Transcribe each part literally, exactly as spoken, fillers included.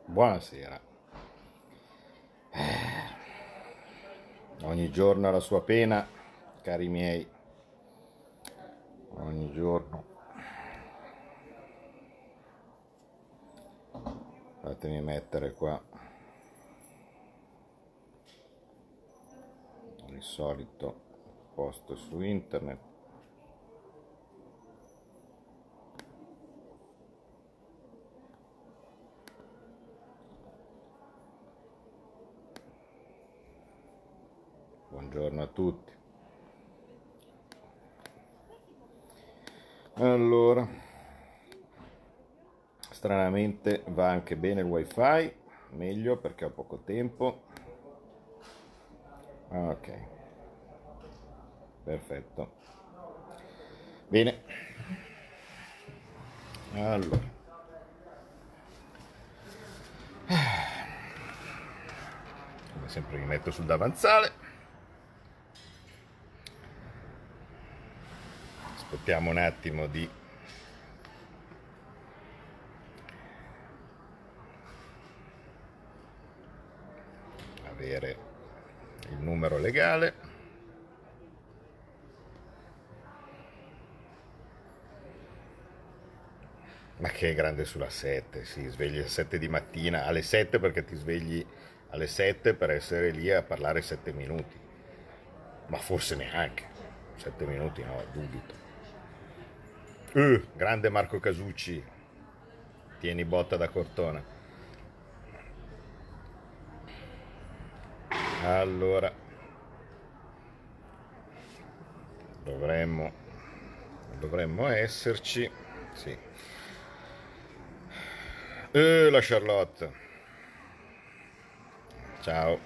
Buonasera. Ogni giorno ha la sua pena, cari miei. Ogni giorno. Fatemi mettere qua il solito post su internet. Buongiorno a tutti. Allora, stranamente va anche bene il wifi, meglio perché ho poco tempo. Ok, perfetto. Bene. Allora, come sempre mi metto sul davanzale. Aspettiamo un attimo di avere il numero legale. Ma che è grande sulla sette, si sveglia alle sette di mattina, alle sette perché ti svegli alle sette per essere lì a parlare sette minuti. Ma forse neanche, sette minuti no, dubito. Uh, grande Marco Casucci, tieni botta da Cortona. Allora, dovremmo, dovremmo esserci, sì. Uh, la Charlotte, ciao.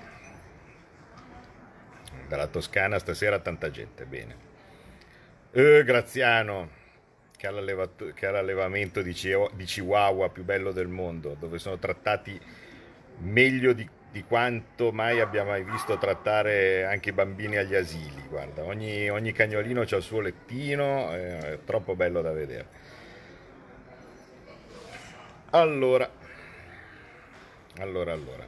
Dalla Toscana stasera tanta gente, bene. Uh, Graziano, che ha, l'allevato- che ha l'allevamento di, Chi- di Chihuahua più bello del mondo, dove sono trattati meglio di, di quanto mai abbia mai visto trattare anche i bambini agli asili. Guarda, ogni, ogni cagnolino ha il suo lettino, eh, è troppo bello da vedere. Allora, allora, allora.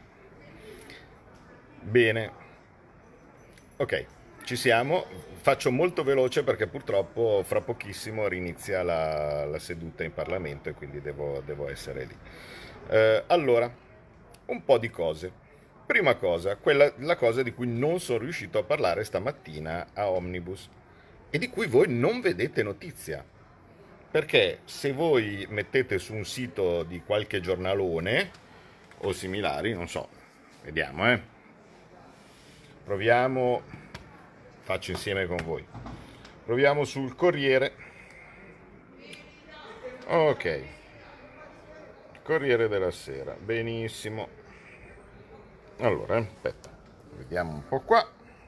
Bene, ok, ci siamo. Faccio molto veloce perché purtroppo fra pochissimo rinizia la, la seduta in Parlamento e quindi devo, devo essere lì. Eh, allora, un po' di cose. Prima cosa, quella, la cosa di cui non sono riuscito a parlare stamattina a Omnibus e di cui voi non vedete notizia. Perché se voi mettete su un sito di qualche giornalone o similari, non so, vediamo, eh. Proviamo, faccio insieme con voi. Proviamo sul Corriere. Ok, Corriere della Sera, benissimo. Allora, aspetta, vediamo un po' qua.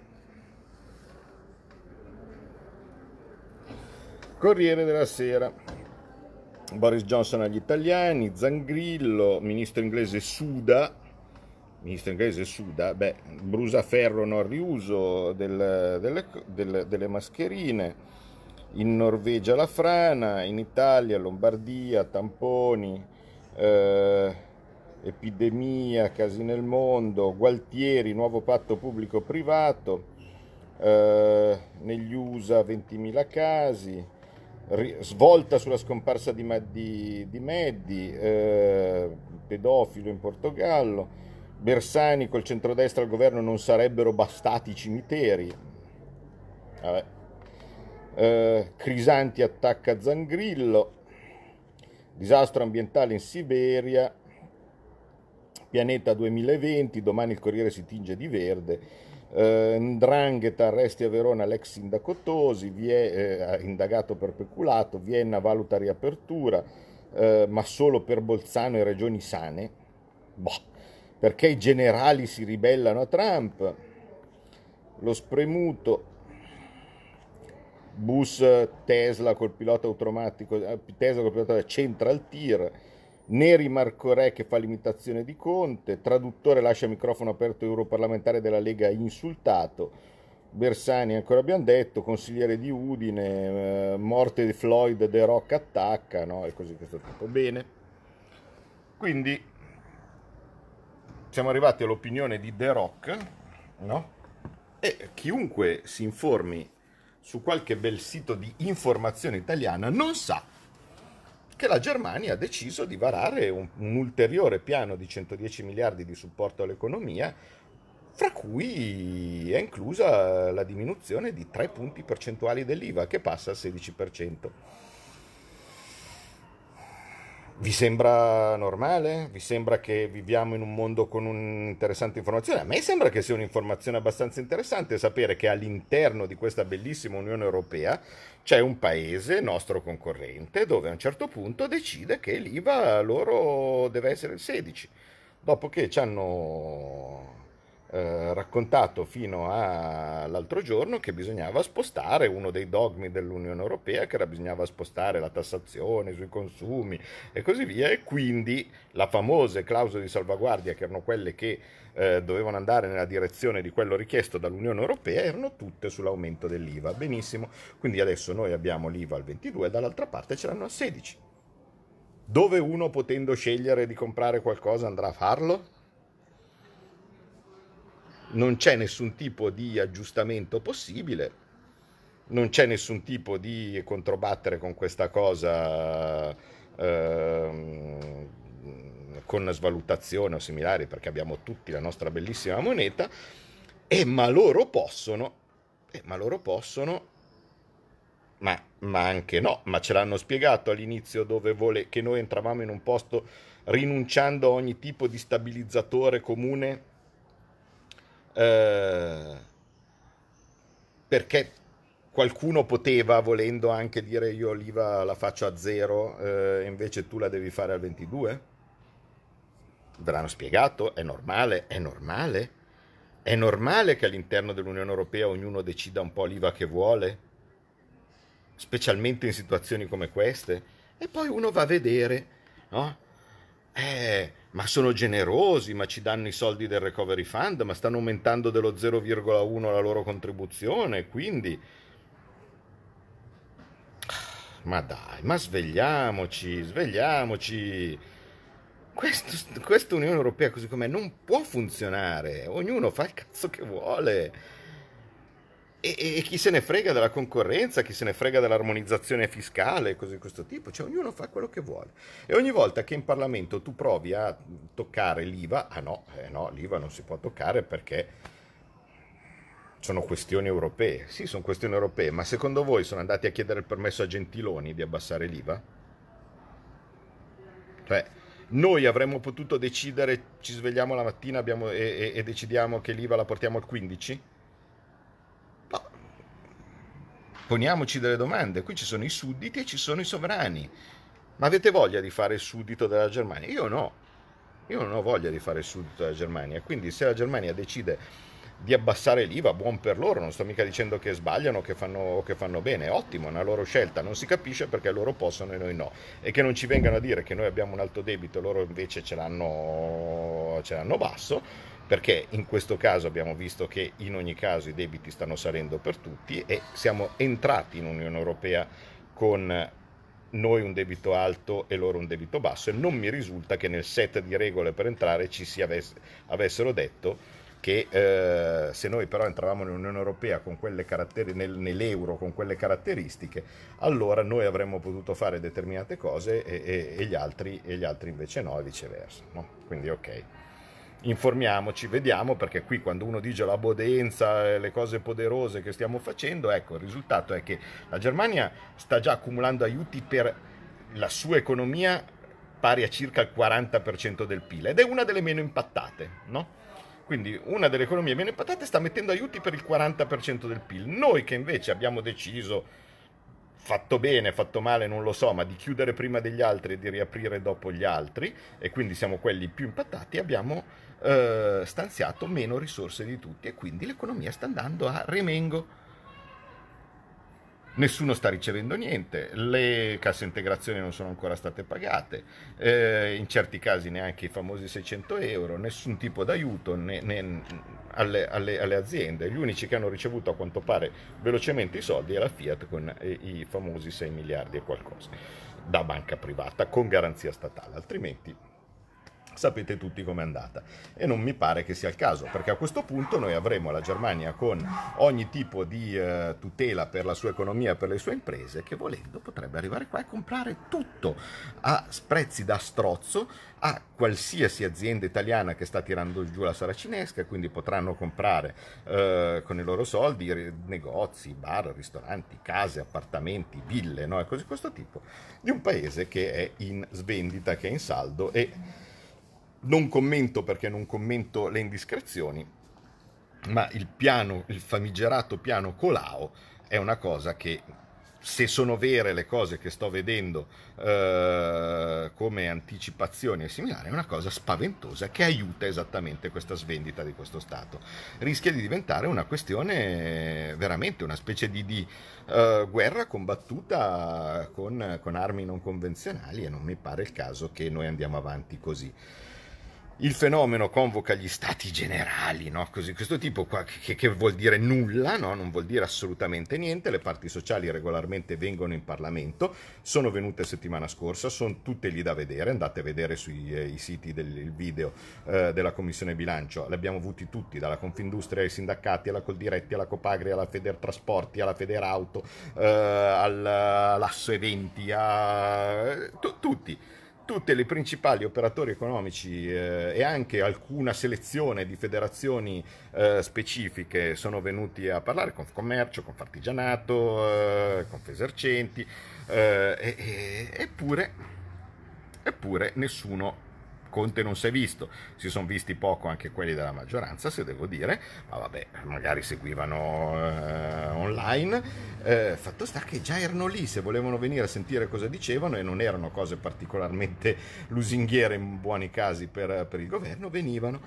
Corriere della Sera. Boris Johnson agli italiani, Zangrillo, ministro inglese Suda, ministro inglese Suda, beh, brusaferro non riuso del- delle, delle- delle mascherine, in Norvegia la frana, in Italia Lombardia, tamponi, eh, epidemia, casi nel mondo, Gualtieri, nuovo patto pubblico-privato, eh, negli U S A ventimila casi, ri- svolta sulla scomparsa di, Ma- di, di Meddi, eh, pedofilo in Portogallo, Bersani col centrodestra al governo non sarebbero bastati i cimiteri. Vabbè. Eh, Crisanti attacca Zangrillo, disastro ambientale in Siberia, Pianeta duemilaventi, domani il Corriere si tinge di verde, eh, 'ndrangheta arresti a Verona l'ex sindaco Tosi, Vie- eh, indagato per peculato, Vienna valuta riapertura, eh, ma solo per Bolzano e regioni sane. Boh, perché i generali si ribellano a Trump, lo spremuto, bus Tesla col pilota automatico, eh, Tesla col pilota Central Tier, Neri Marco Re che fa l'imitazione di Conte, traduttore lascia microfono aperto europarlamentare della Lega insultato, Bersani ancora abbiamo detto, consigliere di Udine, eh, morte di Floyd, The Rock attacca, no? E così questo tipo. Bene, quindi siamo arrivati all'opinione di The Rock, no? E chiunque si informi su qualche bel sito di informazione italiana non sa che la Germania ha deciso di varare un, un ulteriore piano di centodieci miliardi di supporto all'economia, fra cui è inclusa la diminuzione di tre punti percentuali dell'I V A, che passa al sedici per cento. Vi sembra normale? Vi sembra che viviamo in un mondo con un'interessante informazione? A me sembra che sia un'informazione abbastanza interessante sapere che all'interno di questa bellissima Unione Europea c'è un paese, nostro concorrente, dove a un certo punto decide che l'I V A loro deve essere il sedici, dopo che ci hanno eh, raccontato fino all'altro giorno che bisognava spostare uno dei dogmi dell'Unione Europea, che era bisognava spostare la tassazione sui consumi e così via, e quindi la famose clausole di salvaguardia, che erano quelle che eh, dovevano andare nella direzione di quello richiesto dall'Unione Europea, erano tutte sull'aumento dell'I V A. Benissimo, quindi adesso noi abbiamo l'I V A al ventidue e dall'altra parte ce l'hanno al sedici. Dove uno, potendo scegliere di comprare qualcosa, andrà a farlo? Non c'è nessun tipo di aggiustamento possibile, non c'è nessun tipo di controbattere con questa cosa ehm, con svalutazione o similari, perché abbiamo tutti la nostra bellissima moneta, e ma loro possono, eh, ma loro possono, ma, ma anche no, ma ce l'hanno spiegato all'inizio dove vole, che noi entravamo in un posto rinunciando a ogni tipo di stabilizzatore comune, eh, perché qualcuno poteva, volendo, anche dire io l'I V A la faccio a zero, eh, invece tu la devi fare al ventidue? Ve l'hanno spiegato? È normale? È normale? È normale che all'interno dell'Unione Europea ognuno decida un po' l'I V A che vuole? Specialmente in situazioni come queste? E poi uno va a vedere, no? Eh, ma sono generosi, ma ci danno i soldi del Recovery Fund, ma stanno aumentando dello zero virgola uno la loro contribuzione, quindi... Ma dai, ma svegliamoci, svegliamoci. Questo, questa Unione Europea così com'è non può funzionare, ognuno fa il cazzo che vuole. E, e chi se ne frega della concorrenza, chi se ne frega dell'armonizzazione fiscale, cose di questo tipo, cioè ognuno fa quello che vuole. E ogni volta che in Parlamento tu provi a toccare l'I V A, ah no, eh no, l'I V A non si può toccare perché sono questioni europee. Sì, sono questioni europee, ma secondo voi sono andati a chiedere il permesso a Gentiloni di abbassare l'I V A? Cioè, noi avremmo potuto decidere, ci svegliamo la mattina abbiamo- e, e- e decidiamo che l'I V A la portiamo al quindici? No, poniamoci delle domande, qui ci sono i sudditi e ci sono i sovrani. Ma avete voglia di fare il suddito della Germania? Io no, io non ho voglia di fare il suddito della Germania, quindi se la Germania decide di abbassare l'I V A, buon per loro, non sto mica dicendo che sbagliano o che fanno, o che fanno bene, è ottimo, è una loro scelta, non si capisce perché loro possono e noi no, e che non ci vengano a dire che noi abbiamo un alto debito e loro invece ce l'hanno, ce l'hanno basso, perché in questo caso abbiamo visto che in ogni caso i debiti stanno salendo per tutti e siamo entrati in Unione Europea con noi un debito alto e loro un debito basso, e non mi risulta che nel set di regole per entrare ci si avess- avessero detto che eh, se noi però entravamo nell'Unione Europea con quelle caratteri- nel- nell'euro con quelle caratteristiche, allora noi avremmo potuto fare determinate cose e, e- e gli altri, e gli altri invece no, e viceversa, no? Quindi ok, informiamoci, vediamo, perché qui quando uno dice la bodenza e le cose poderose che stiamo facendo, ecco, il risultato è che la Germania sta già accumulando aiuti per la sua economia pari a circa il quaranta per cento del P I L ed è una delle meno impattate, no? Quindi una delle economie meno impattate sta mettendo aiuti per il quaranta per cento del P I L. Noi che invece abbiamo deciso, fatto bene, fatto male, non lo so, ma di chiudere prima degli altri e di riaprire dopo gli altri, e quindi siamo quelli più impattati, abbiamo eh, stanziato meno risorse di tutti e quindi l'economia sta andando a remengo. Nessuno sta ricevendo niente, le casse integrazioni non sono ancora state pagate, eh, in certi casi neanche i famosi seicento euro, nessun tipo d'aiuto né, né alle, alle, alle aziende. Gli unici che hanno ricevuto a quanto pare velocemente i soldi è la Fiat con eh, i famosi sei miliardi e qualcosa da banca privata con garanzia statale, altrimenti sapete tutti com'è andata, e non mi pare che sia il caso, perché a questo punto noi avremo la Germania con ogni tipo di eh, tutela per la sua economia e per le sue imprese, che volendo potrebbe arrivare qua e comprare tutto a prezzi da strozzo a qualsiasi azienda italiana che sta tirando giù la saracinesca, quindi potranno comprare eh, con i loro soldi negozi, bar, ristoranti, case, appartamenti, ville, no? E cose di questo tipo, di un paese che è in svendita, che è in saldo. E non commento perché non commento le indiscrezioni, ma il piano, il famigerato piano Colao è una cosa che, se sono vere le cose che sto vedendo eh, come anticipazioni e similari, è una cosa spaventosa che aiuta esattamente questa svendita di questo Stato. Rischia di diventare una questione, veramente una specie di, di uh, guerra combattuta con, con armi non convenzionali, e non mi pare il caso che noi andiamo avanti così. Il fenomeno convoca gli stati generali, no? Così, questo tipo qua, che, che vuol dire nulla, no? Non vuol dire assolutamente niente. Le parti sociali regolarmente vengono in Parlamento, sono venute settimana scorsa, sono tutte lì da vedere, andate a vedere sui eh, i siti del video eh, della Commissione Bilancio, li abbiamo avuti tutti, dalla Confindustria ai sindacati, alla Coldiretti, alla Copagri, alla Federtrasporti, alla Federauto, eh, all'Asso Eventi, a... T- tutti. Tutti i principali operatori economici eh, e anche alcuna selezione di federazioni eh, specifiche sono venuti a parlare, con Commercio, con Fartigianato, eh, con Fesercenti, eh, e, e, eppure, eppure nessuno. Conte non si è visto, si sono visti poco anche quelli della maggioranza, se devo dire, ma vabbè, magari seguivano eh, online. Eh, fatto sta che già erano lì, se volevano venire a sentire cosa dicevano, e non erano cose particolarmente lusinghiere in buoni casi per, per il governo, venivano.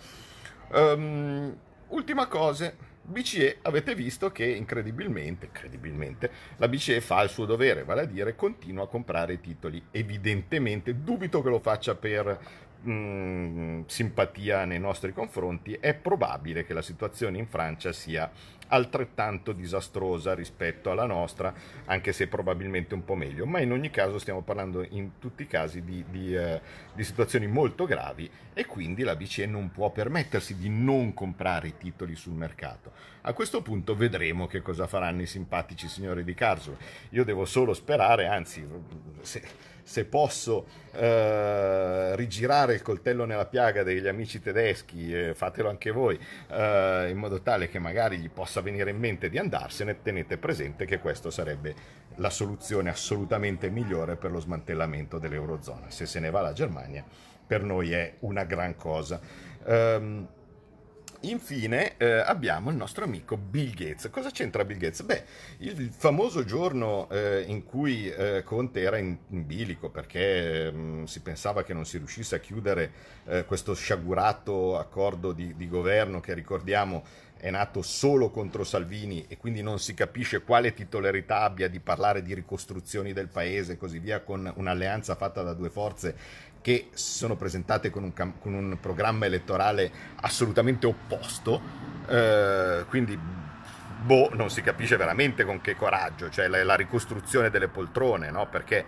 Um, ultima cosa, B C E, avete visto che incredibilmente, incredibilmente, la B C E fa il suo dovere, vale a dire continua a comprare i titoli. Evidentemente, dubito che lo faccia per mh, simpatia nei nostri confronti. È probabile che la situazione in Francia sia altrettanto disastrosa rispetto alla nostra, anche se probabilmente un po' meglio, ma in ogni caso stiamo parlando in tutti i casi di, di, eh, di situazioni molto gravi, e quindi la B C E non può permettersi di non comprare i titoli sul mercato. A questo punto vedremo che cosa faranno i simpatici signori di Karlsruhe. Io devo solo sperare, anzi, se, se posso eh, rigirare il coltello nella piaga degli amici tedeschi, eh, fatelo anche voi, eh, in modo tale che magari gli possa venire in mente di andarsene. Tenete presente che questa sarebbe la soluzione assolutamente migliore per lo smantellamento dell'Eurozona. Se se ne va la Germania, per noi è una gran cosa. Um, Infine eh, abbiamo il nostro amico Bill Gates. Cosa c'entra Bill Gates? Beh, il famoso giorno eh, in cui eh, Conte era in, in bilico perché mh, si pensava che non si riuscisse a chiudere eh, questo sciagurato accordo di, di governo che, ricordiamo, è nato solo contro Salvini, e quindi non si capisce quale titolarità abbia di parlare di ricostruzioni del paese e così via, con un'alleanza fatta da due forze che sono presentate con un, con un programma elettorale assolutamente opposto, eh, quindi boh, non si capisce veramente con che coraggio, cioè la, la ricostruzione delle poltrone, no? Perché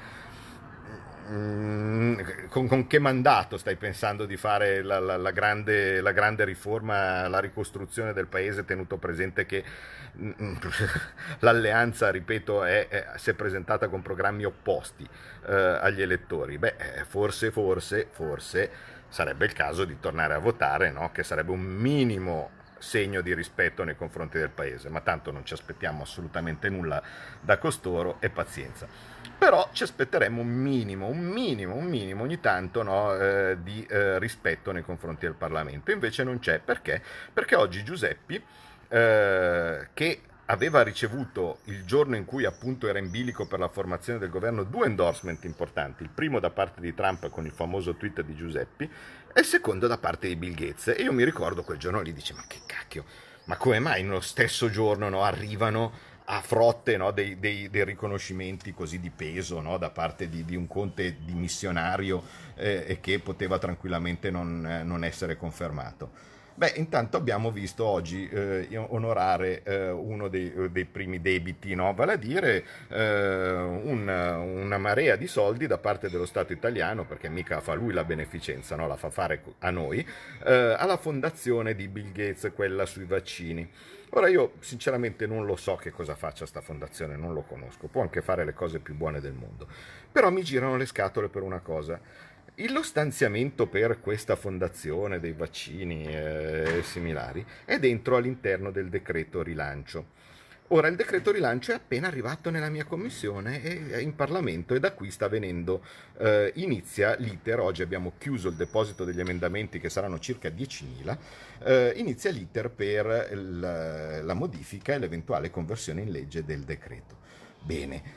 mm, con, con che mandato stai pensando di fare la, la, la, grande, la grande riforma, la ricostruzione del paese, tenuto presente che mm, l'alleanza, ripeto, è, è, si è presentata con programmi opposti eh, agli elettori? Beh, forse, forse, forse sarebbe il caso di tornare a votare, no? Che sarebbe un minimo segno di rispetto nei confronti del paese, ma tanto non ci aspettiamo assolutamente nulla da costoro, e pazienza. Però ci aspetteremo un minimo, un minimo, un minimo ogni tanto, no, eh, di eh, rispetto nei confronti del Parlamento. Invece non c'è. Perché? Perché oggi Giuseppi, eh, che aveva ricevuto il giorno in cui appunto era in bilico per la formazione del governo due endorsement importanti, il primo da parte di Trump con il famoso tweet di Giuseppi, e il secondo da parte di Bill Gates. E io mi ricordo quel giorno lì, dice, ma che cacchio, ma come mai nello stesso giorno, no, arrivano a frotte, no, dei, dei, dei riconoscimenti così di peso, no, da parte di, di un Conte dimissionario eh, e che poteva tranquillamente non, eh, non essere confermato. Beh, intanto abbiamo visto oggi eh, onorare eh, uno dei, dei primi debiti, no? Vale a dire eh, un- una marea di soldi da parte dello Stato italiano, perché mica fa lui la beneficenza, no? La fa fare a noi, eh, alla fondazione di Bill Gates, quella sui vaccini. Ora io sinceramente non lo so che cosa faccia sta fondazione, non lo conosco, può anche fare le cose più buone del mondo, però mi girano le scatole per una cosa. Lo stanziamento per questa fondazione dei vaccini eh, e similari è dentro all'interno del decreto rilancio. Ora, il decreto rilancio è appena arrivato nella mia commissione e in Parlamento e da qui sta venendo, eh, inizia l'iter, oggi abbiamo chiuso il deposito degli emendamenti che saranno circa diecimila, eh, inizia l'iter per il- la modifica e l'eventuale conversione in legge del decreto. Bene,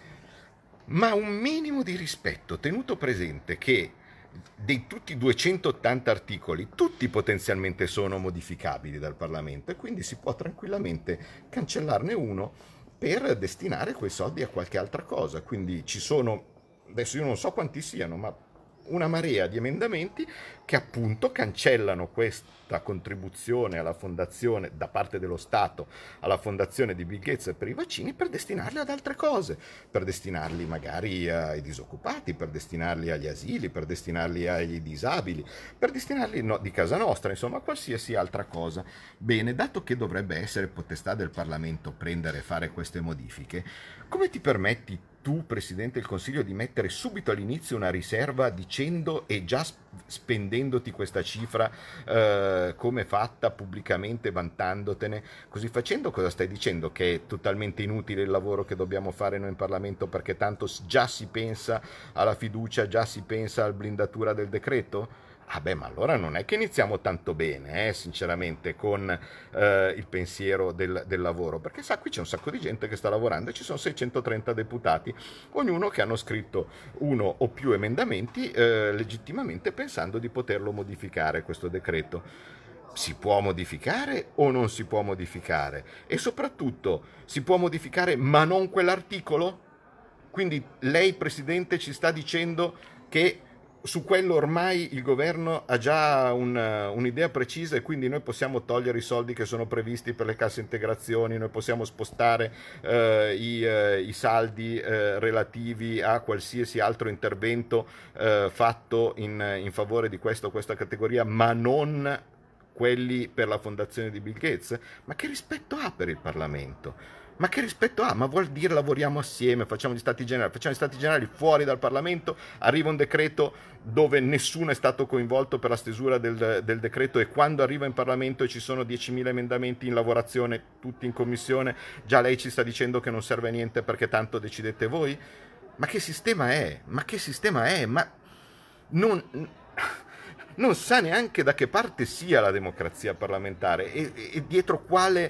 ma un minimo di rispetto, tenuto presente che dei tutti i duecentottanta articoli, tutti potenzialmente sono modificabili dal Parlamento e quindi si può tranquillamente cancellarne uno per destinare quei soldi a qualche altra cosa. Quindi ci sono, adesso io non so quanti siano, ma una marea di emendamenti che appunto cancellano questa contribuzione alla fondazione da parte dello Stato alla fondazione di Bill Gates per i vaccini per destinarli ad altre cose, per destinarli magari ai disoccupati, per destinarli agli asili, per destinarli ai disabili, per destinarli no, di casa nostra, insomma qualsiasi altra cosa. Bene, dato che dovrebbe essere potestà del Parlamento prendere e fare queste modifiche, come ti permetti tu, Presidente del Consiglio, di mettere subito all'inizio una riserva dicendo e già spendendoti questa cifra eh, come fatta pubblicamente, vantandotene? Così facendo cosa stai dicendo? Che è totalmente inutile il lavoro che dobbiamo fare noi in Parlamento perché tanto già si pensa alla fiducia, già si pensa alla blindatura del decreto? Ah beh, ma allora non è che iniziamo tanto bene, eh, sinceramente, con eh, il pensiero del, del lavoro, perché sa, qui c'è un sacco di gente che sta lavorando e ci sono seicentotrenta deputati, ognuno che hanno scritto uno o più emendamenti, eh, legittimamente pensando di poterlo modificare questo decreto. Si può modificare o non si può modificare? E soprattutto, si può modificare ma non quell'articolo? Quindi lei, Presidente, ci sta dicendo che su quello ormai il governo ha già un, un'idea precisa e quindi noi possiamo togliere i soldi che sono previsti per le casse integrazioni, noi possiamo spostare eh, i, eh, i saldi eh, relativi a qualsiasi altro intervento eh, fatto in, in favore di questa o questa categoria, ma non quelli per la fondazione di Bill Gates. Ma che rispetto ha per il Parlamento? Ma che rispetto ha? Ma vuol dire lavoriamo assieme, facciamo gli stati generali, facciamo gli stati generali fuori dal Parlamento, arriva un decreto dove nessuno è stato coinvolto per la stesura del, del decreto e quando arriva in Parlamento e ci sono diecimila emendamenti in lavorazione, tutti in commissione, già lei ci sta dicendo che non serve a niente perché tanto decidete voi? Ma che sistema è? Ma che sistema è? Ma non... non sa neanche da che parte sia la democrazia parlamentare e, e dietro quale,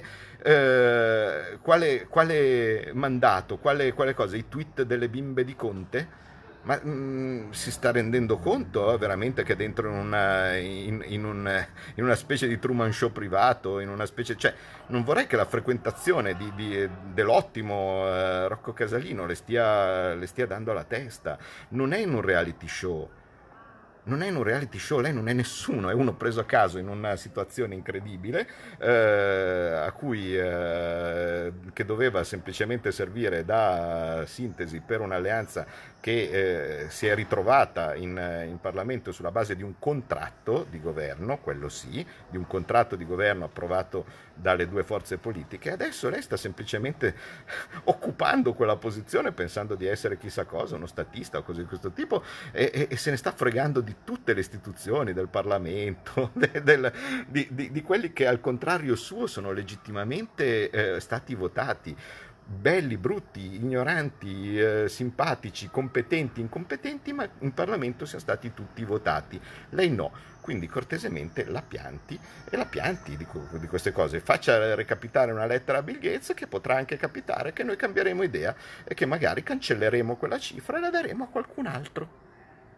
eh, quale, quale mandato, quale, quale cosa, i tweet delle bimbe di Conte? Ma mh, si sta rendendo conto eh, veramente che dentro in una, in, in, un, in una specie di Truman Show privato, in una specie, cioè, non vorrei che la frequentazione di, di, dell'ottimo eh, Rocco Casalino le stia, le stia dando alla testa. Non è in un reality show. Non è in un reality show, lei non è nessuno, è uno preso a caso in una situazione incredibile eh, a cui eh, che doveva semplicemente servire da sintesi per un'alleanza che eh, si è ritrovata in, in Parlamento sulla base di un contratto di governo, quello sì, di un contratto di governo approvato dalle due forze politiche. Adesso lei sta semplicemente occupando quella posizione pensando di essere chissà cosa, uno statista o cose di questo tipo e, e, e se ne sta fregando di tutte le istituzioni, del Parlamento, de, del, di, di, di quelli che al contrario suo sono legittimamente eh, stati votati. Belli, brutti, ignoranti, eh, simpatici, competenti, incompetenti, ma in Parlamento siamo stati tutti votati. Lei no, quindi cortesemente la pianti e la pianti di, di queste cose. Faccia recapitare una lettera a Bill Gates che potrà anche capitare che noi cambieremo idea e che magari cancelleremo quella cifra e la daremo a qualcun altro.